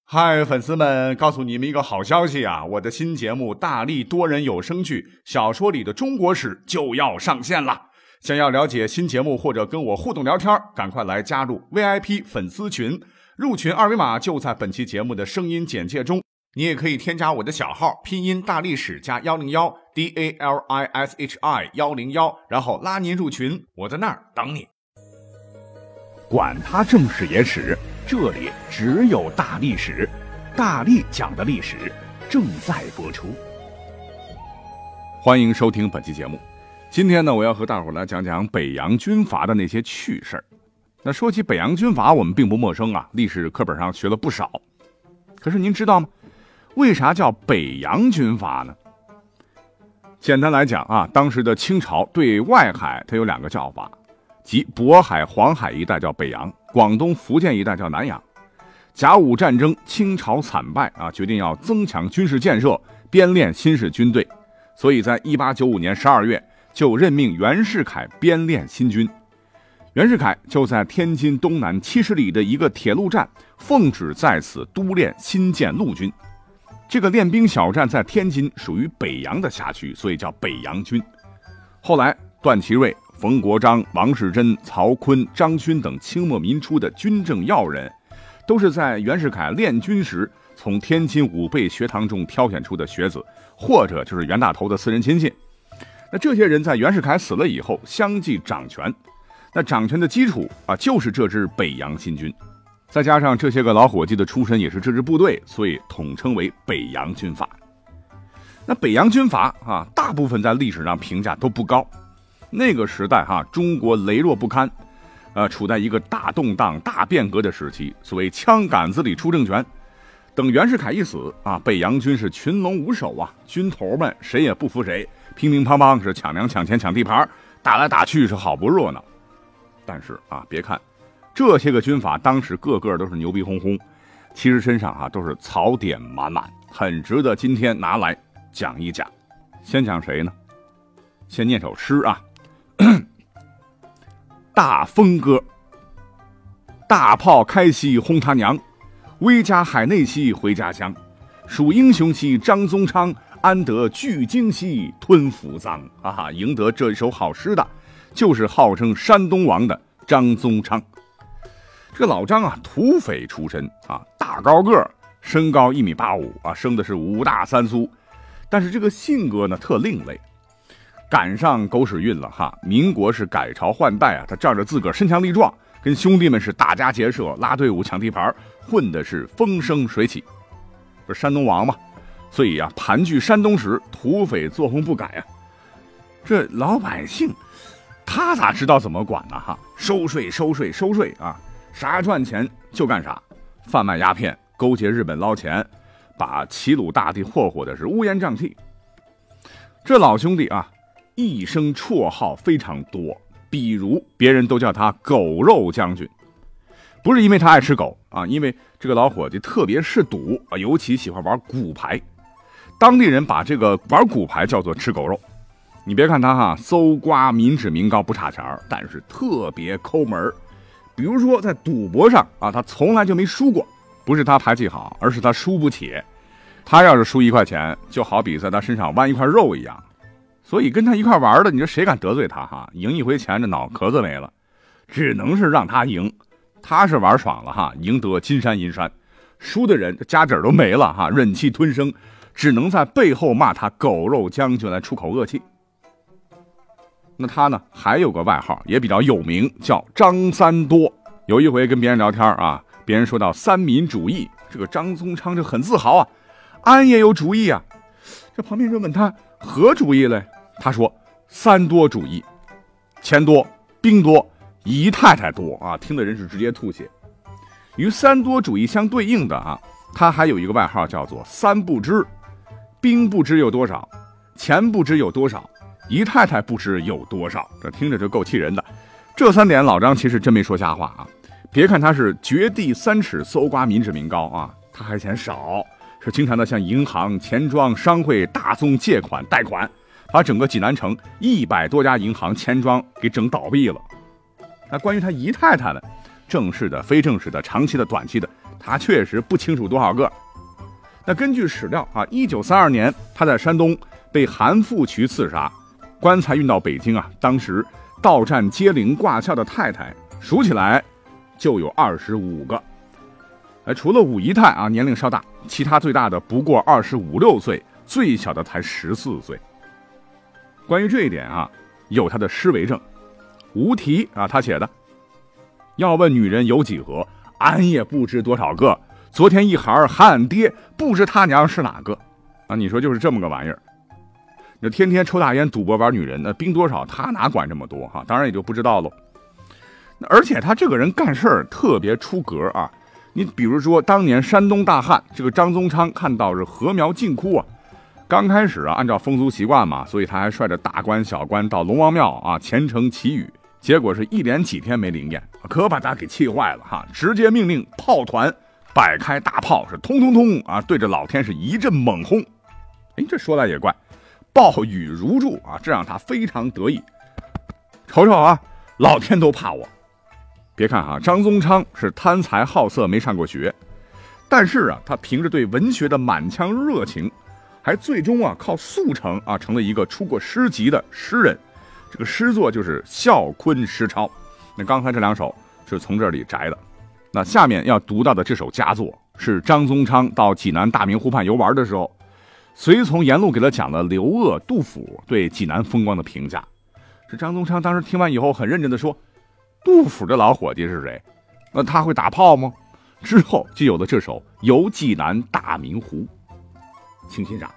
嗨，粉丝们，告诉你们一个好消息啊！我的新节目《大力多人有声剧小说里的中国史》就要上线了。想要了解新节目或者跟我互动聊天，赶快来加入 VIP 粉丝群，入群二维码就在本期节目的声音简介中。你也可以添加我的小号，拼音大历史加101 DALISHI 101，然后拉您入群，我在那儿等你。管他正史野史，这里只有大历史，大力讲的历史正在播出。欢迎收听本期节目。今天呢，我要和大伙来讲讲北洋军阀的那些趣事儿。那说起北洋军阀，我们并不陌生啊，历史课本上学了不少。可是您知道吗？为啥叫北洋军阀呢？简单来讲啊，当时的清朝对外海它有两个叫法，即渤海、黄海一带叫北洋，广东、福建一带叫南洋。甲午战争，清朝惨败啊，决定要增强军事建设，编练新式军队，所以在1895年12月就任命袁世凯编练新军。袁世凯就在天津东南70里的一个铁路站，奉旨在此督练新建陆军。这个练兵小站在天津属于北洋的辖区，所以叫北洋军。后来段祺瑞、冯国璋、王士珍、曹锟、张勋等清末民初的军政要人，都是在袁世凯练军时从天津武备学堂中挑选出的学子，或者就是袁大头的私人亲信。那这些人在袁世凯死了以后相继掌权，那掌权的基础啊，就是这支北洋新军，再加上这些个老伙计的出身也是这支部队，所以统称为北洋军阀。那北洋军阀啊，大部分在历史上评价都不高。那个时代中国羸弱不堪，处在一个大动荡、大变革的时期，所谓枪杆子里出政权。等袁世凯一死啊，北洋军是群龙无首啊，军头们谁也不服谁，乒乒乓乓是抢粮、抢钱、抢地盘，打来打去是好不热闹。但是啊，别看这些个军阀当时个个都是牛逼哄哄，其实身上都是槽点满满，很值得今天拿来讲一讲。先讲谁呢？先念首诗啊。大风歌，大炮开西轰他娘，威加海内西回家乡，数英雄兮张宗昌，安得聚精兮吞斧臧啊！赢得这一首好诗的就是号称山东王的张宗昌。这个老张啊，土匪出身啊，大高个，身高1.85米啊，生的是5大3粗，但是这个性格呢特另类。赶上狗屎运了哈！民国是改朝换代啊，他仗着自个儿身强力壮，跟兄弟们是打家劫舍，拉队伍抢地盘，混的是风生水起。不是山东王嘛，所以啊，盘踞山东时，土匪作风不改啊。这老百姓他咋知道怎么管呢？收税收税收税啊，啥赚钱就干啥，贩卖鸦片，勾结日本捞钱，把齐鲁大地霍霍的是乌烟瘴气。这老兄弟啊，一生绰号非常多，比如别人都叫他狗肉将军，不是因为他爱吃狗啊，因为这个老伙计特别嗜赌啊，尤其喜欢玩骨牌。当地人把这个玩骨牌叫做吃狗肉。你别看他搜刮民脂民膏不差钱，但是特别抠门。比如说在赌博上啊，他从来就没输过，不是他牌技好，而是他输不起。他要是输1块钱，就好比在他身上剜一块肉一样。所以跟他一块玩的，你说谁敢得罪他赢一回钱，这脑壳子没了，只能是让他赢。他是玩爽了赢得金山银山，输的人家底儿都没了忍气吞声，只能在背后骂他狗肉将军来出口恶气。那他呢，还有个外号也比较有名，叫张三多。有一回跟别人聊天啊，别人说到三民主义，这个张宗昌就很自豪啊，俺也有主义啊。这旁边人问他何主义嘞？他说三多主义，钱多，兵多，姨太太多啊！听的人是直接吐血。与三多主义相对应的他还有一个外号叫做三不知，兵不知有多少，钱不知有多少，姨太太不知有多少。这听着就够气人的。这3点老张其实真没说瞎话啊！别看他是掘地3尺搜刮民脂民膏啊，他还嫌少，是经常的向银行、钱庄、商会大宗借款贷款，把整个济南城100多家银行、钱庄给整倒闭了。那关于他姨太太呢，正式的、非正式的、长期的、短期的， 他确实不清楚多少个。那根据史料啊，1932年他在山东被韩复渠刺杀，棺材运到北京啊，当时到站接灵挂孝的太太数起来就有25个。除了武姨太啊年龄稍大，其他最大的不过25、6岁，最小的才14岁。关于这一点啊，有他的诗为证。吴题啊，他写的：要问女人有几何，俺也不知多少个。昨天一孩喊俺爹，不知他娘是哪个。啊，你说就是这么个玩意儿。那天天抽大烟、赌博、玩女人，那兵多少他哪管这么多哈？当然也就不知道喽。而且他这个人干事儿特别出格啊。你比如说，当年山东大旱，这个张宗昌看到是禾苗尽枯啊，刚开始啊，按照风俗习惯嘛，所以他还率着大官小官到龙王庙啊虔诚祈雨，结果是一连几天没灵验，可把他给气坏了哈，直接命令炮团摆开大炮，是通通通啊，对着老天是一阵猛轰。这说来也怪，暴雨如注啊，这让他非常得意。瞅瞅啊，老天都怕我。别看哈，张宗昌是贪财好色，没上过学，但是啊，他凭着对文学的满腔热情，还最终啊靠速成啊成了一个出过诗集的诗人。这个诗作就是《孝坤诗抄》。那刚才这两首是从这里摘的。那下面要读到的这首佳作是张宗昌到济南大明湖畔游玩的时候，随从沿路给他讲了刘鹗、杜甫对济南风光的评价。这张宗昌当时听完以后很认真的说，杜甫这老伙计是谁？那他会打炮吗？之后就有了这首《游济南大明湖》，请欣赏。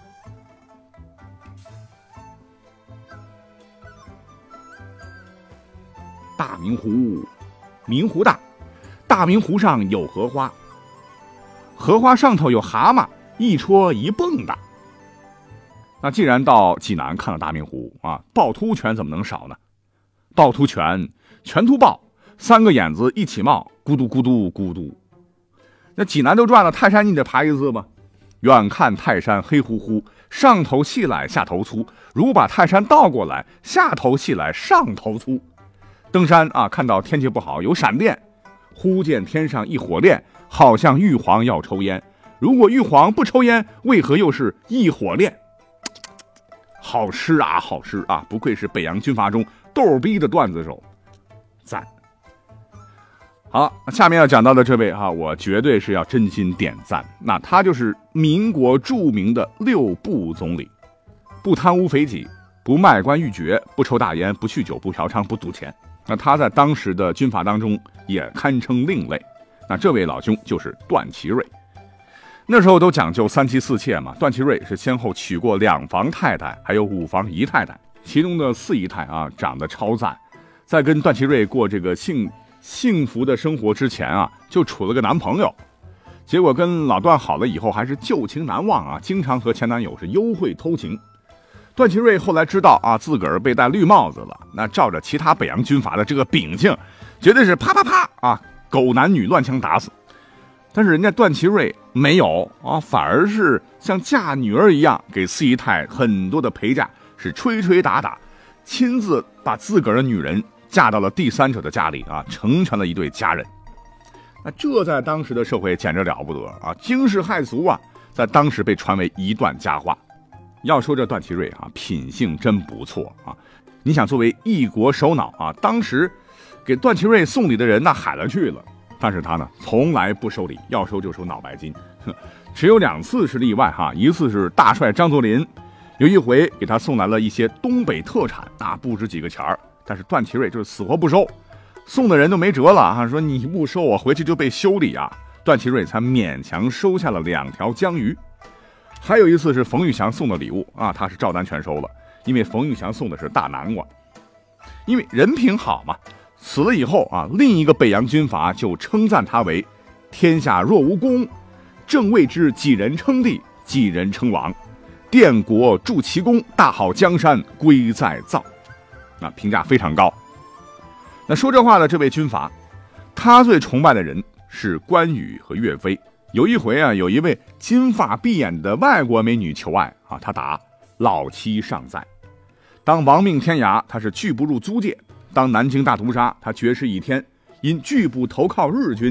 大明湖，明湖大，大明湖上有荷花，荷花上头有蛤蟆，一戳一蹦大。那既然到济南看了大明湖啊，趵突泉怎么能少呢？趵突泉，全突爆，三个眼子一起冒，咕嘟咕嘟咕嘟。那济南都转了，泰山你得爬一次吧？远看泰山黑乎乎，上头细来下头粗，如把泰山倒过来，下头细来上头粗。登山啊，看到天气不好有闪电，忽见天上一火焰，好像玉皇要抽烟。如果玉皇不抽烟，为何又是一火炼？好诗啊，好诗啊！不愧是北洋军阀中逗逼的段子手，赞。好，下面要讲到的这位我绝对是要真心点赞。那他就是民国著名的6部总理，不贪污肥己，不卖官鬻爵，不抽大烟，不酗酒，不嫖娼，不赌钱。那他在当时的军阀当中也堪称另类。那这位老兄就是段祺瑞。那时候都讲究3妻4妾嘛，段祺瑞是先后娶过2房太太，还有5房姨太太，其中的4姨太啊长得超赞。在跟段祺瑞过这个幸福的生活之前啊，就处了个男朋友，结果跟老段好了以后还是旧情难忘啊，经常和前男友是幽会偷情。段祺瑞后来知道啊自个儿被戴绿帽子了，那照着其他北洋军阀的这个秉性，绝对是啪啪啪啊，狗男女乱枪打死。但是人家段祺瑞没有啊，反而是像嫁女儿一样，给4姨太很多的陪嫁，是吹吹打打，亲自把自个儿的女人嫁到了第三者的家里啊，成全了一对佳人。那这在当时的社会简直了不得啊，惊世骇俗啊，在当时被传为一段佳话。要说这段祺瑞啊，品性真不错啊。你想，作为一国首脑啊，当时给段祺瑞送礼的人那海了去了，但是他呢从来不收礼，要收就收脑白金。只有2次是例外哈，一次是大帅张作霖，有一回给他送来了一些东北特产啊，不值几个钱儿，但是段祺瑞就是死活不收，送的人都没辙了啊，说你不收我回去就被修理啊，段祺瑞才勉强收下了2条江鱼。还有一次是冯玉祥送的礼物啊，他是照单全收了，因为冯玉祥送的是大南瓜，因为人品好嘛。死了以后啊，另一个北洋军阀就称赞他为天下若无公，正谓之几人称帝，几人称王，奠国筑奇功，大好江山归在造。那评价非常高。那说这话的这位军阀，他最崇拜的人是关羽和岳飞。有一回啊，有一位金发碧眼的外国美女求爱啊，他答老妻尚在。当亡命天涯，他是拒不入租界；当南京大屠杀，他绝食1天，因拒不投靠日军，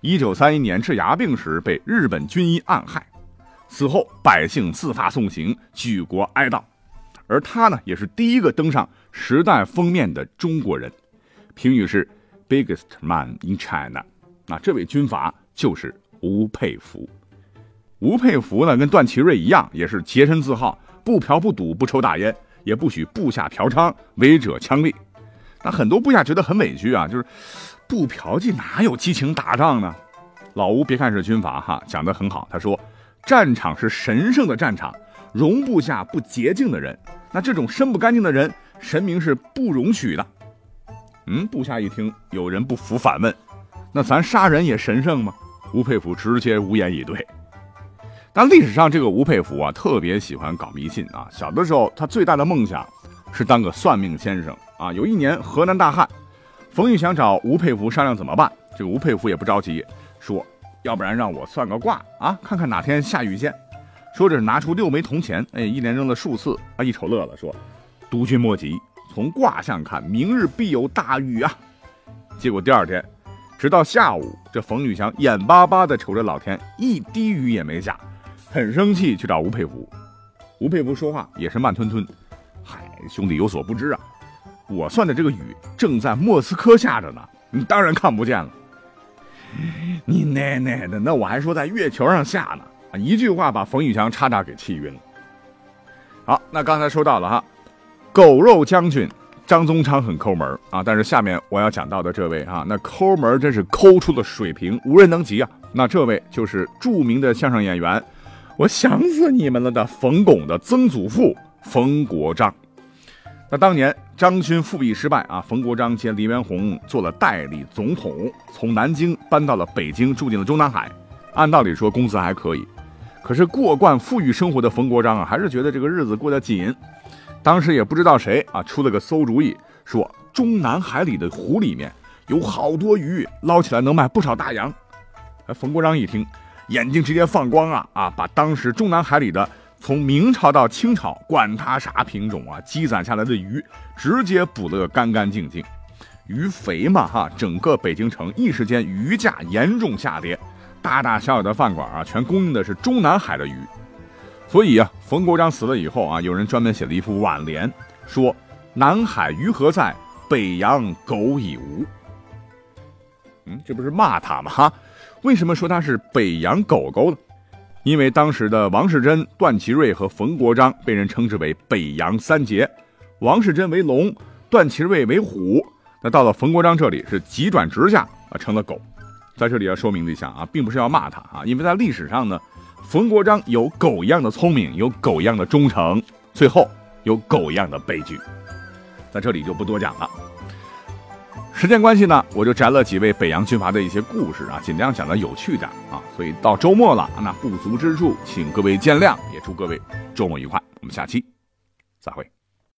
1931年治牙病时被日本军医暗害，此后百姓自发送行，举国哀悼。而他呢，也是第一个登上《时代》封面的中国人，评语是 biggest man in China。那这位军阀就是吴佩孚。吴佩孚呢，跟段祺瑞一样，也是洁身自好，不嫖不赌不抽大烟，也不许部下嫖娼，违者枪毙。那很多部下觉得很委屈啊，就是不嫖妓哪有激情打仗呢？老吴别看是军阀哈，讲得很好。他说，战场是神圣的战场，容不下不洁净的人。那这种身不干净的人，神明是不容许的。部下一听，有人不服反问，那咱杀人也神圣吗？吴佩孚直接无言以对。但历史上这个吴佩孚啊，特别喜欢搞迷信啊。小的时候，他最大的梦想是当个算命先生啊。有一年河南大旱，冯玉祥找吴佩孚商量怎么办。这个吴佩孚也不着急，说要不然让我算个卦啊，看看哪天下雨先。说着拿出6枚铜钱，一连扔了数次啊，一瞅乐了，说督军莫急，从卦象看，明日必有大雨啊。结果第二天直到下午，这冯玉祥眼巴巴地瞅着老天，一滴雨也没下，很生气，去找吴佩孚。吴佩孚说话也是慢吞吞，嗨，兄弟有所不知啊，我算的这个雨正在莫斯科下着呢，你当然看不见了。你奶奶的，那我还说在月球上下呢。一句话把冯玉祥差点给气晕了。好，那刚才说到了哈，狗肉将军张宗昌很抠门啊，但是下面我要讲到的这位啊，那抠门真是抠出了水平，无人能及啊。那这位就是著名的相声演员，我想死你们了的冯巩的曾祖父冯国璋。那当年张勋复辟失败啊，冯国璋接黎元洪做了代理总统，从南京搬到了北京，住进了中南海。按道理说工资还可以，可是过惯富裕生活的冯国璋啊，还是觉得这个日子过得紧。当时也不知道谁啊出了个馊主意，说中南海里的湖里面有好多鱼，捞起来能卖不少大洋。冯国璋一听，眼睛直接放光啊，把当时中南海里的从明朝到清朝管它啥品种啊积攒下来的鱼，直接捕了个干干净净。鱼肥嘛哈，整个北京城一时间鱼价严重下跌，大大小小的饭馆啊，全供应的是中南海的鱼。所以啊，冯国璋死了以后啊，有人专门写了一副挽联，说南海鱼何在，北洋狗已无。这不是骂他吗？哈，为什么说他是北洋狗狗呢？因为当时的王世贞、段祺瑞和冯国璋被人称之为北洋三杰，王世贞为龙，段祺瑞为虎，那到了冯国璋这里是急转直下啊，成了狗。在这里要说明一下啊，并不是要骂他啊，因为在历史上呢，冯国璋有狗一样的聪明，有狗一样的忠诚，最后有狗一样的悲剧，在这里就不多讲了。时间关系呢，我就摘了几位北洋军阀的一些故事啊，尽量讲的有趣点啊。所以到周末了，那不足之处请各位见谅，也祝各位周末愉快。我们下期再会。